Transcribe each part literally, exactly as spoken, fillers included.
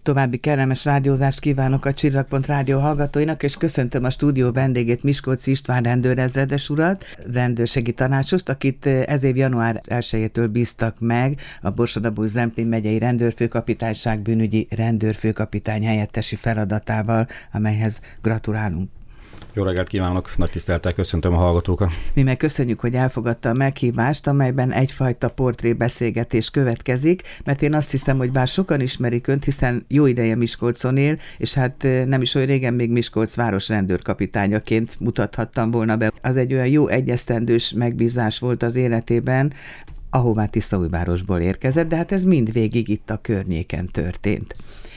További kellemes rádiózást kívánok a Csillagpont rádió hallgatóinak, és köszöntöm a stúdió vendégét, Miskolczi István rendőrezredes urat, rendőrségi tanácsost, akit ez év január elsejétől bíztak meg a Borsod-Abaúj-Zemplén megyei rendőrfőkapitányság bűnügyi rendőrfőkapitány helyettesi feladatával, amelyhez gratulálunk. Jó reggelt kívánok, nagy tisztelettel köszöntöm a hallgatókat. Mi meg köszönjük, hogy elfogadta a meghívást, amelyben egyfajta portrébeszélgetés következik, mert én azt hiszem, hogy bár sokan ismerik önt, hiszen jó ideje Miskolcon él, és hát nem is olyan régen még Miskolc város rendőrkapitányaként mutathattam volna be. Az egy olyan jó egyesztendős megbízás volt az életében, ahová Tiszaújvárosból érkezett, de hát ez mindvégig itt a környéken történt.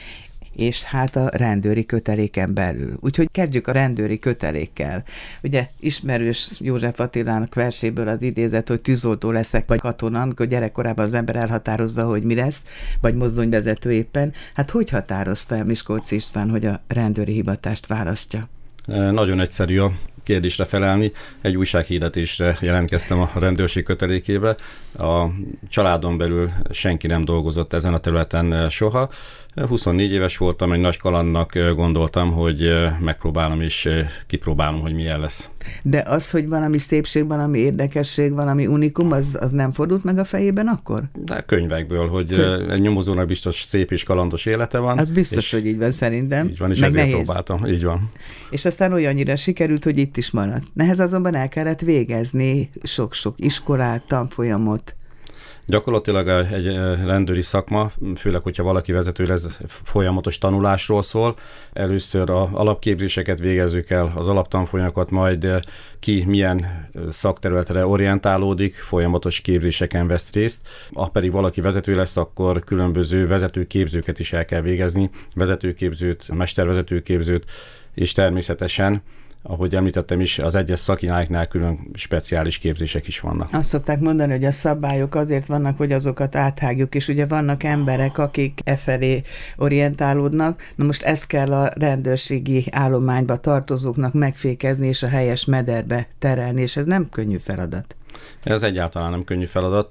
És hát a rendőri köteléken belül. Úgyhogy kezdjük a rendőri kötelékkel. Ugye ismerős József Attilának verséből az idézet, hogy tűzoltó leszek, vagy katona, amikor gyerekkorában az ember elhatározza, hogy mi lesz, vagy mozdonyvezető éppen. Hát hogy határozta el Miskolczi István, hogy a rendőri hivatást választja? Nagyon egyszerű a kérdésre felelni. Egy újsághirdetésre jelentkeztem a rendőrség kötelékébe. A családon belül senki nem dolgozott ezen a területen soha. huszonnégy éves voltam, egy nagy kalandnak gondoltam, hogy megpróbálom és kipróbálom, hogy milyen lesz. De az, hogy valami szépség, valami érdekesség, valami unikum, az, az nem fordult meg a fejében akkor? De könyvekből, hogy Könyv. egy nyomozónak biztos szép és kalandos élete van. Az biztos, hogy így van szerintem. Így van, és meg ezért nehéz. próbáltam. Így van. És aztán olyannyira sikerült, hogy itt is maradt. Nehez azonban el kellett végezni sok-sok iskolát, tanfolyamot. Gyakorlatilag egy rendőri szakma, főleg, hogyha valaki vezető lesz, folyamatos tanulásról szól. Először az alapképzéseket végezzük el, az alaptanfolyamokat, majd ki milyen szakterületre orientálódik, folyamatos képzéseken vesz részt. Ha pedig valaki vezető lesz, akkor különböző vezetőképzőket is el kell végezni, vezetőképzőt, mestervezetőképzőt, és természetesen, ahogy említettem is, az egyes szakiráknál külön speciális képzések is vannak. Azt szokták mondani, hogy a szabályok azért vannak, hogy azokat áthágjuk, és ugye vannak emberek, akik e felé orientálódnak. Na most ezt kell a rendőrségi állományba tartozóknak megfékezni, és a helyes mederbe terelni, és ez nem könnyű feladat. Ez egyáltalán nem könnyű feladat.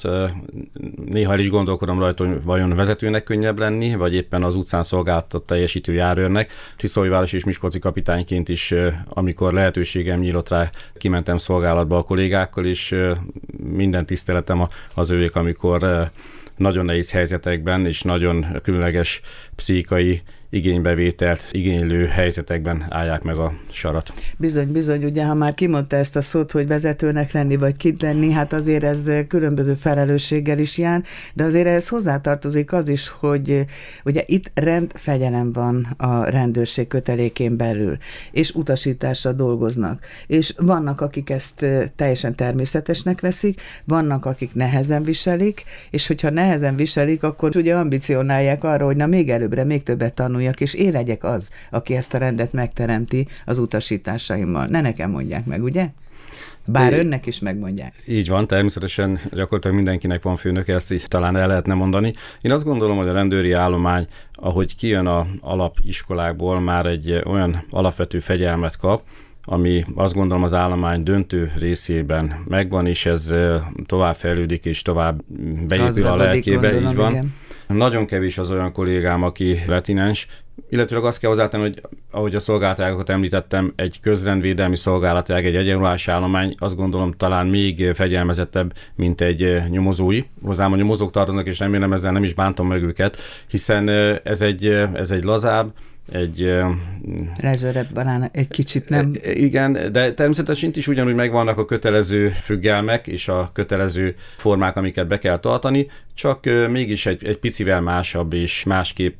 Néha el is gondolkodom rajta, hogy vajon vezetőnek könnyebb lenni, vagy éppen az utcán szolgáltat teljesítő járőrnek. Tiszaújváros és miskolci kapitányként is, amikor lehetőségem nyílt rá, kimentem szolgálatba a kollégákkal, és minden tiszteletem az ők, amikor nagyon nehéz helyzetekben és nagyon különleges pszichikai igénybevételt igénylő helyzetekben állják meg a sarat. Bizony, bizony, ugye, ha már kimondta ezt a szót, hogy vezetőnek lenni, vagy kint lenni, hát azért ez különböző felelősséggel is jár, de azért ehhez hozzátartozik az is, hogy ugye itt rendfegyelem van a rendőrség kötelékén belül, és utasításra dolgoznak. És vannak, akik ezt teljesen természetesnek veszik, vannak, akik nehezen viselik, és hogyha nehezen viselik, akkor ugye ambicionálják arra, hogy na még előbbre, még többet tanulják, és én legyek az, aki ezt a rendet megteremti az utasításaimmal. Ne nekem mondják meg, ugye? Bár De önnek is megmondják. Így van, természetesen gyakorlatilag mindenkinek van főnöke, ezt így talán el lehetne mondani. Én azt gondolom, hogy a rendőri állomány, ahogy kijön az alapiskolákból, már egy olyan alapvető fegyelmet kap, ami azt gondolom az állomány döntő részében megvan, és ez tovább fejlődik, és tovább beépül a lelkébe, gondolom, így van. Igen. Nagyon kevés az olyan kollégám, aki retinens, illetőleg azt kell hozzátenni, hogy ahogy a szolgálatágokat említettem, egy közrendvédelmi szolgálatág, egy egyenruhás állomány, azt gondolom talán még fegyelmezettebb, mint egy nyomozói. Hozzám a nyomozók tartoznak, és remélem ezzel nem is bántom meg őket, hiszen ez egy, ez egy lazább, egy... Lezserebb banán, egy kicsit nem... Igen, de természetesen is ugyanúgy megvannak a kötelező függelmek és a kötelező formák, amiket be kell tartani, csak mégis egy, egy picivel másabb és másképp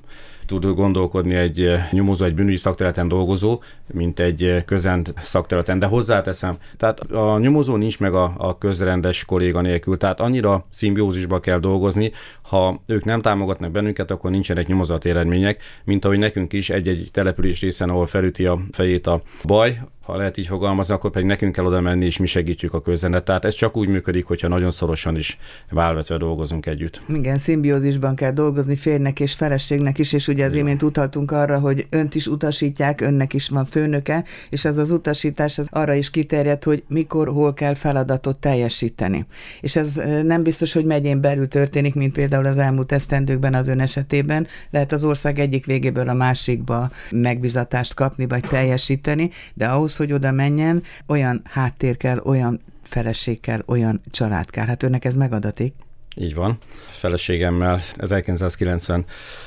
tud gondolkodni egy nyomozó, egy bűnügyi szakterületen dolgozó, mint egy közrend szakterületen, de hozzáteszem, tehát a nyomozó nincs meg a, a közrendes kolléga nélkül, tehát annyira szimbiózisba kell dolgozni, ha ők nem támogatnak bennünket, akkor nincsenek nyomozati eredmények, mint ahogy nekünk is egy-egy település részen, ahol felüti a fejét a baj, ha lehet így fogalmazni, akkor pedig nekünk kell oda menni, és mi segítjük a közzenet. Tehát ez csak úgy működik, hogyha nagyon szorosan is válvetve dolgozunk együtt. Igen, szimbiózisban kell dolgozni férjnek és feleségnek is, és ugye az imént utaltunk arra, hogy önt is utasítják, önnek is van főnöke, és ez az utasítás az arra is kiterjed, hogy mikor, hol kell feladatot teljesíteni. És ez nem biztos, hogy megyén belül történik, mint például az elmúlt esztendőkben az ön esetében. Lehet az ország egyik végéből a másikba megbizatást kapni, vagy teljesíteni, de ahhoz, hogy oda menjen, olyan háttér kell, olyan feleség kell, olyan család kell. Hát önnek ez megadatik. Így van. Feleségemmel ezerkilencszázkilencven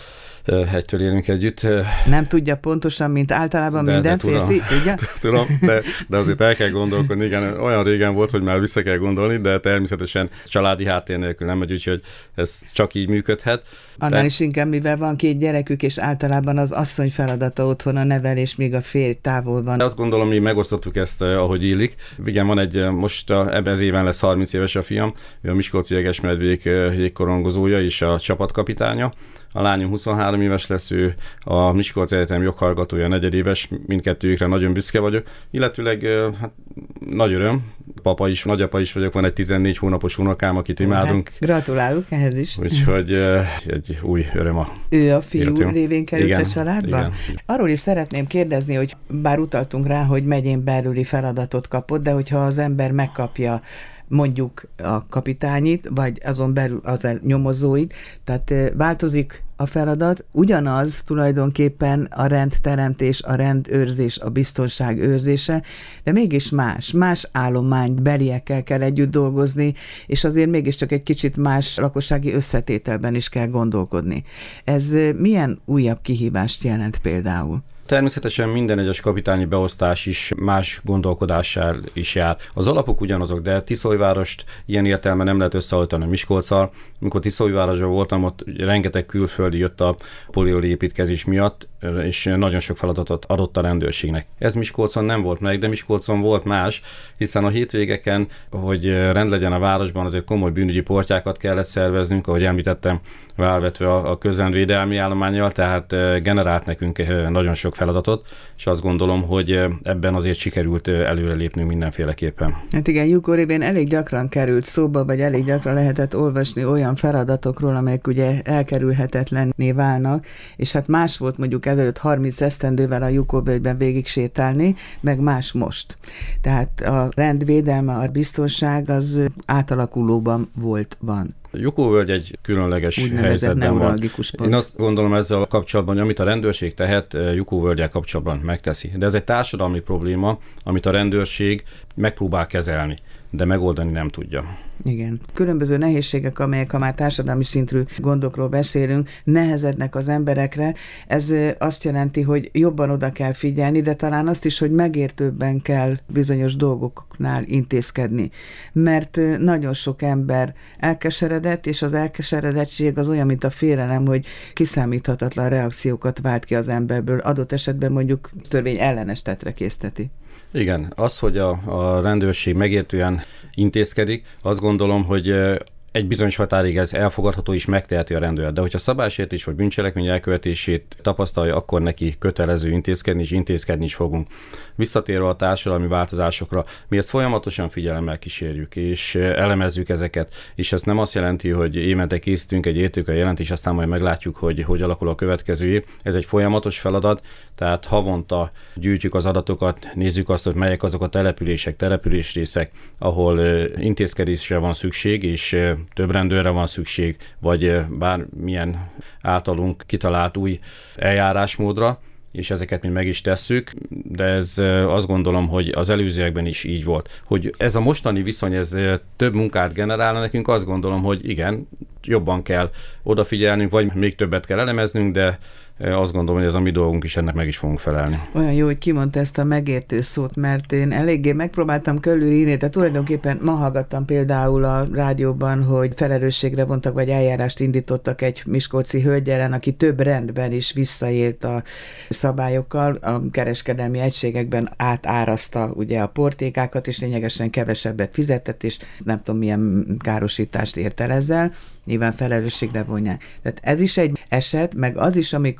egytől élünk együtt. Nem tudja pontosan, mint általában de, minden de tudom, férfi, tudja? Tudom, de, de azért el kell gondolkodni, igen, olyan régen volt, hogy már vissza kell gondolni, de természetesen családi háttér nélkül nem megy, úgyhogy ez csak így működhet. Annál de... is inkább, mivel van két gyerekük, és általában az asszony feladata otthon a nevelés, míg a férj távol van. De azt gondolom, mi megosztottuk ezt, ahogy illik. Igen, van egy, most a, ebben az éven lesz harminc éves a fiam, ő a Miskolci Jegesmedvék jégkorongozója és a csapatkapitánya. A lányom huszonhárom éves lesz, ő a Miskolci Egyetem joghallgatója, negyedéves, mindkettőjükre nagyon büszke vagyok. Illetőleg hát, nagy öröm, papa is, nagyapa is vagyok, van egy tizennégy hónapos unokám, akit imádunk. Hát, gratulálok ehhez is. Úgyhogy egy új öröm a Ő a fiú életünk. Révén került igen, a családba? Igen. Arról is szeretném kérdezni, hogy bár utaltunk rá, hogy megyén belüli feladatot kapott, de hogyha az ember megkapja mondjuk a kapitányit, vagy azon belül az nyomozóit, tehát változik a feladat, ugyanaz tulajdonképpen a rendteremtés, a rendőrzés, a biztonság őrzése, de mégis más, más állománybeliekkel kell együtt dolgozni, és azért mégiscsak egy kicsit más lakossági összetételben is kell gondolkodni. Ez milyen újabb kihívást jelent például? Természetesen minden egyes kapitányi beosztás is más gondolkodással is jár. Az alapok ugyanazok, de Tiszaújvárost ilyen értelemben nem lehet összehasonlítani Miskolccal. Amikor Tiszaújvárosban voltam, ott rengeteg külföldi jött a polioli építkezés miatt, és nagyon sok feladatot adott a rendőrségnek. Ez Miskolcon nem volt meg, de Miskolcon volt más, hiszen a hétvégeken, hogy rend legyen a városban, azért komoly bűnügyi portyákat kellett szerveznünk, ahogy említettem, válvetve a közrendvédelmi állománnyal, tehát generált nekünk nagyon sok feladatot, és azt gondolom, hogy ebben azért sikerült előrelépnünk mindenféleképpen. Hát igen, Jukorében elég gyakran került szóba, vagy elég gyakran lehetett olvasni olyan feladatokról, amelyek ugye elkerülhetetlenné válnak, és hát más volt mondjuk ezelőtt harminc esztendővel a Jukorvölgyben végig sétálni, meg más most. Tehát a rendvédelme, a biztonság az átalakulóban volt, van. Jukorvölgy egy különleges helyzetben van. Én azt gondolom ezzel kapcsolatban, hogy amit a rendőrség tehet, Jukorvölgyel kapcsolatban megteszi. De ez egy társadalmi probléma, amit a rendőrség megpróbál kezelni, de megoldani nem tudja. Igen. Különböző nehézségek, amelyek, ha már társadalmi szintű gondokról beszélünk, nehezednek az emberekre. Ez azt jelenti, hogy jobban oda kell figyelni, de talán azt is, hogy megértőbben kell bizonyos dolgoknál intézkedni. Mert nagyon sok ember elkeseredett, és az elkeseredettség az olyan, mint a félelem, hogy kiszámíthatatlan reakciókat vált ki az emberből. Adott esetben mondjuk törvény ellenes tettre készteti. Igen, az, hogy a, a rendőrség megértően intézkedik, azt gondolom, hogy egy bizonyos határig ez elfogadható is megteheti a rendőr. De hogyha szabálysértés vagy bűncselekmény elkövetését tapasztalja, akkor neki kötelező intézkedni, és intézkedni is fogunk. Visszatérve a társadalmi változásokra, mi ezt folyamatosan figyelemmel kísérjük, és elemezzük ezeket, és ez nem azt jelenti, hogy évente készítünk egy értékelő jelentést, aztán majd meglátjuk, hogy hogy alakul a következő év. Ez egy folyamatos feladat, tehát havonta gyűjtjük az adatokat, nézzük azt, hogy melyek azok a települések, településrészek, ahol intézkedésre van szükség, és több rendőrre van szükség, vagy bármilyen általunk kitalált új eljárásmódra, és ezeket mi meg is tesszük, de ez azt gondolom, hogy az előzőekben is így volt. Hogy ez a mostani viszony, ez több munkát generálna nekünk, azt gondolom, hogy igen, jobban kell odafigyelnünk, vagy még többet kell elemeznünk, de azt gondolom, hogy ez a mi dolgunk is, ennek meg is fogunk felelni. Olyan jó, hogy kimondta ezt a megértő szót, mert én eléggé megpróbáltam körülírni, tehát tulajdonképpen ma hallgattam például a rádióban, hogy felelősségre vontak, vagy eljárást indítottak egy miskolci hölgy ellen, aki több rendben is visszaélt a szabályokkal, a kereskedelmi egységekben átáraszta ugye a portékákat, és lényegesen kevesebbet fizetett, és nem tudom milyen károsítást ért el ezzel, nyilván felelősségre vonják. Tehát ez is egy eset, meg az is, amikor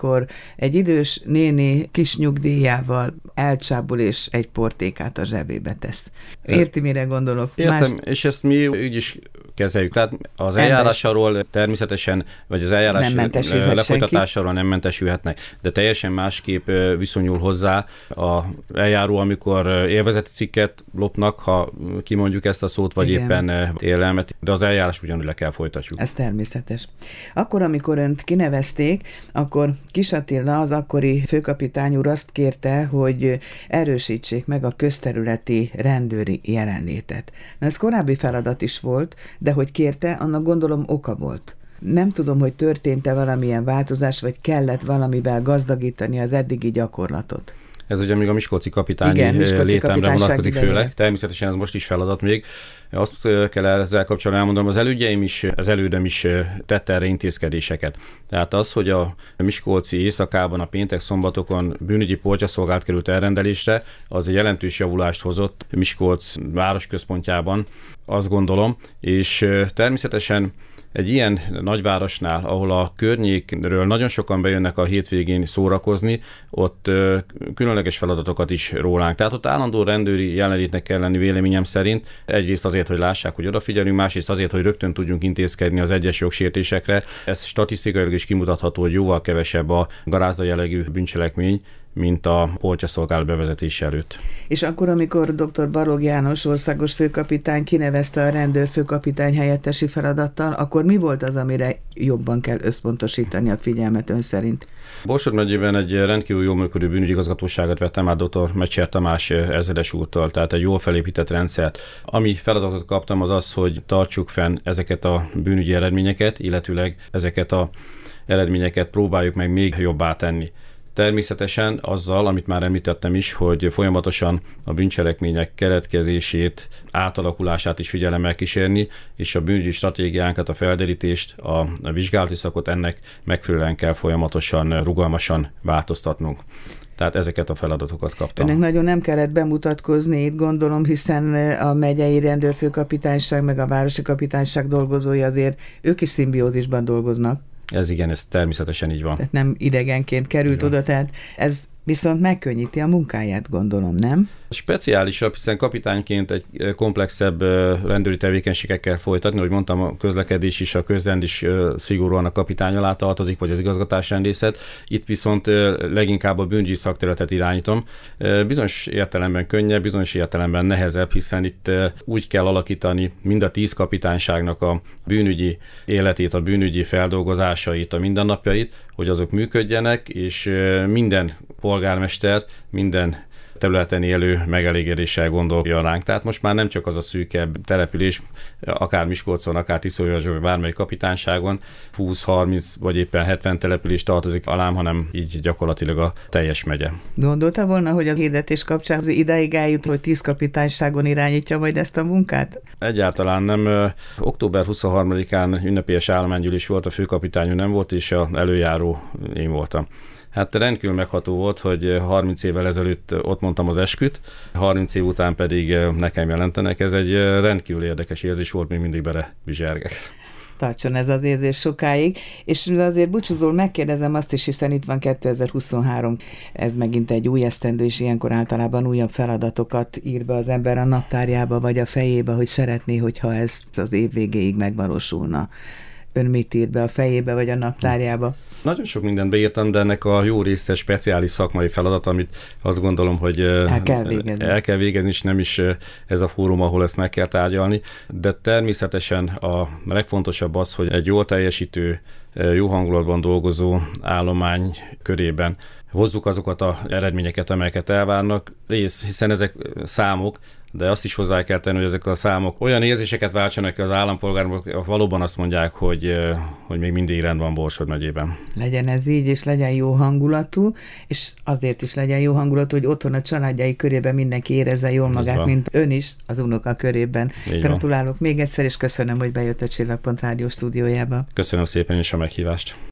amikor egy idős néni kis nyugdíjával elcsábul és egy portékát a zsebébe tesz. Érti, mire gondolok? Értem, Más... és ezt mi így is kezeljük. Tehát az eljárásáról természetesen, vagy az eljárás nem lefolytatásáról nem mentesülhetnek, de teljesen másképp viszonyul hozzá a eljáró, amikor élvezeti cikket lopnak, ha kimondjuk ezt a szót, vagy igen. éppen élelmet, de az eljárás ugyanúgy le kell folytatjuk. Ez természetes. Akkor, amikor önt kinevezték, akkor Kiss Attila, az akkori főkapitány úr azt kérte, hogy erősítsék meg a közterületi rendőri jelenlétet. Na, ez korábbi feladat is volt, de hogy kérte, annak gondolom oka volt. Nem tudom, hogy történt-e valamilyen változás, vagy kellett valamivel gazdagítani az eddigi gyakorlatot. Ez ugye még a miskolci kapitányi létemre vonatkozik főleg. Természetesen ez most is feladat még. Azt kell ezzel kapcsolatban elmondanom, az elődjeim is, az elődöm is tette erre intézkedéseket. Tehát az, hogy a miskolci éjszakában, a péntek-szombatokon bűnügyi portyaszolgálat került elrendelésre, az egy jelentős javulást hozott Miskolc városközpontjában, azt gondolom, és természetesen egy ilyen nagyvárosnál, ahol a környékről nagyon sokan bejönnek a hétvégén szórakozni, ott különleges feladatokat is rólánk. Tehát ott állandó rendőri jelenlétnek kell lenni véleményem szerint. Egyrészt azért, hogy lássák, hogy odafigyelünk, másrészt azért, hogy rögtön tudjunk intézkedni az egyes jogsértésekre. Ez statisztikailag is kimutatható, hogy jóval kevesebb a garázda jellegű bűncselekmény, mint a portyaszolgálat bevezetése előtt. És akkor, amikor dr. Balogh János országos főkapitány kinevezte a rendőrfőkapitány helyettesi feladattal, akkor mi volt az, amire jobban kell összpontosítani a figyelmet ön szerint? Borsod megyében egy rendkívül jól működő bűnügyigazgatóságot vettem át dr. Mecsere Tamás ezredes úrtól, tehát egy jól felépített rendszert. Ami feladatot kaptam, az az, hogy tartsuk fenn ezeket a bűnügyi eredményeket, illetőleg ezeket a eredményeket próbáljuk meg még jobbá tenni. Természetesen azzal, amit már említettem is, hogy folyamatosan a bűncselekmények keletkezését, átalakulását is figyelemmel kísérni, és a bűnügyi stratégiánkat, a felderítést, a vizsgálati szakot ennek megfelelően kell folyamatosan, rugalmasan változtatnunk. Tehát ezeket a feladatokat kaptam. Önnek nagyon nem kellett bemutatkozni itt, gondolom, hiszen a megyei rendőrfőkapitányság meg a városi kapitányság dolgozói azért ők is szimbiózisban dolgoznak. Ez igen, ez természetesen így van. Tehát nem idegenként került igen. oda, tehát ez viszont megkönnyíti a munkáját, gondolom, nem? Speciálisabb, hiszen kapitányként egy komplexebb rendőri tevékenységet kell folytatni, ahogy mondtam, a közlekedés is, a közrend is szigorúan a kapitány alá tartozik, vagy az igazgatásrendészet. Itt viszont leginkább a bűnügyi szakterületet irányítom. Bizonyos értelemben könnyebb, bizonyos értelemben nehezebb, hiszen itt úgy kell alakítani mind a tíz kapitányságnak a bűnügyi életét, a bűnügyi feldolgozásait, a mindennapjait, hogy azok működjenek, és minden polgármester, minden területen élő megelégedéssel gondolja ránk. Tehát most már nem csak az a szűkebb település, akár Miskolcon, akár Tiszaújvároson, vagy bármelyik kapitányságon, húsz, harminc vagy éppen hetven település tartozik alám, hanem így gyakorlatilag a teljes megye. Gondolta volna, hogy a hirdetés kapcsán az idáig eljut, hogy tíz kapitányságon irányítja majd ezt a munkát? Egyáltalán nem. október huszonharmadikán ünnepélyes állománygyűlés volt, a főkapitányú nem volt, és az előjáró én voltam. Hát rendkívül megható volt, hogy harminc évvel ezelőtt ott mondtam az esküt, harminc év után pedig nekem jelentenek. Ez egy rendkívül érdekes érzés volt, még mindig bele bizsergek. Tartson ez az érzés sokáig, és azért búcsúzól megkérdezem azt is, hiszen itt van kétezer-huszonhárom, ez megint egy új esztendő, és ilyenkor általában újabb feladatokat ír be az ember a naptárjába, vagy a fejébe, hogy szeretné, hogyha ez az év végéig megvalósulna. Ön mit ír be a fejébe, vagy a naptárjába? Nagyon sok mindent beírtam, de ennek a jó része speciális szakmai feladat, amit azt gondolom, hogy el kell végezni, el kell végezni és nem is ez a fórum, ahol ezt meg kell tárgyalni. De természetesen a legfontosabb az, hogy egy jól teljesítő, jó hangulatban dolgozó állomány körében hozzuk azokat az eredményeket, amelyeket elvárnak, rész, hiszen ezek számok, de azt is hozzá kell tenni, hogy ezek a számok olyan érzéseket váltsanak ki az állampolgárok, valóban azt mondják, hogy, hogy még mindig rend van Borsod megyében. Legyen ez így, és legyen jó hangulatú, és azért is legyen jó hangulatú, hogy otthon a családjai körében mindenki érezze jól magát, mint ön is az unoka körében. Így Gratulálok van. Még egyszer, és köszönöm, hogy bejött a Csillagpont Rádió stúdiójába. Köszönöm szépen is a meghívást.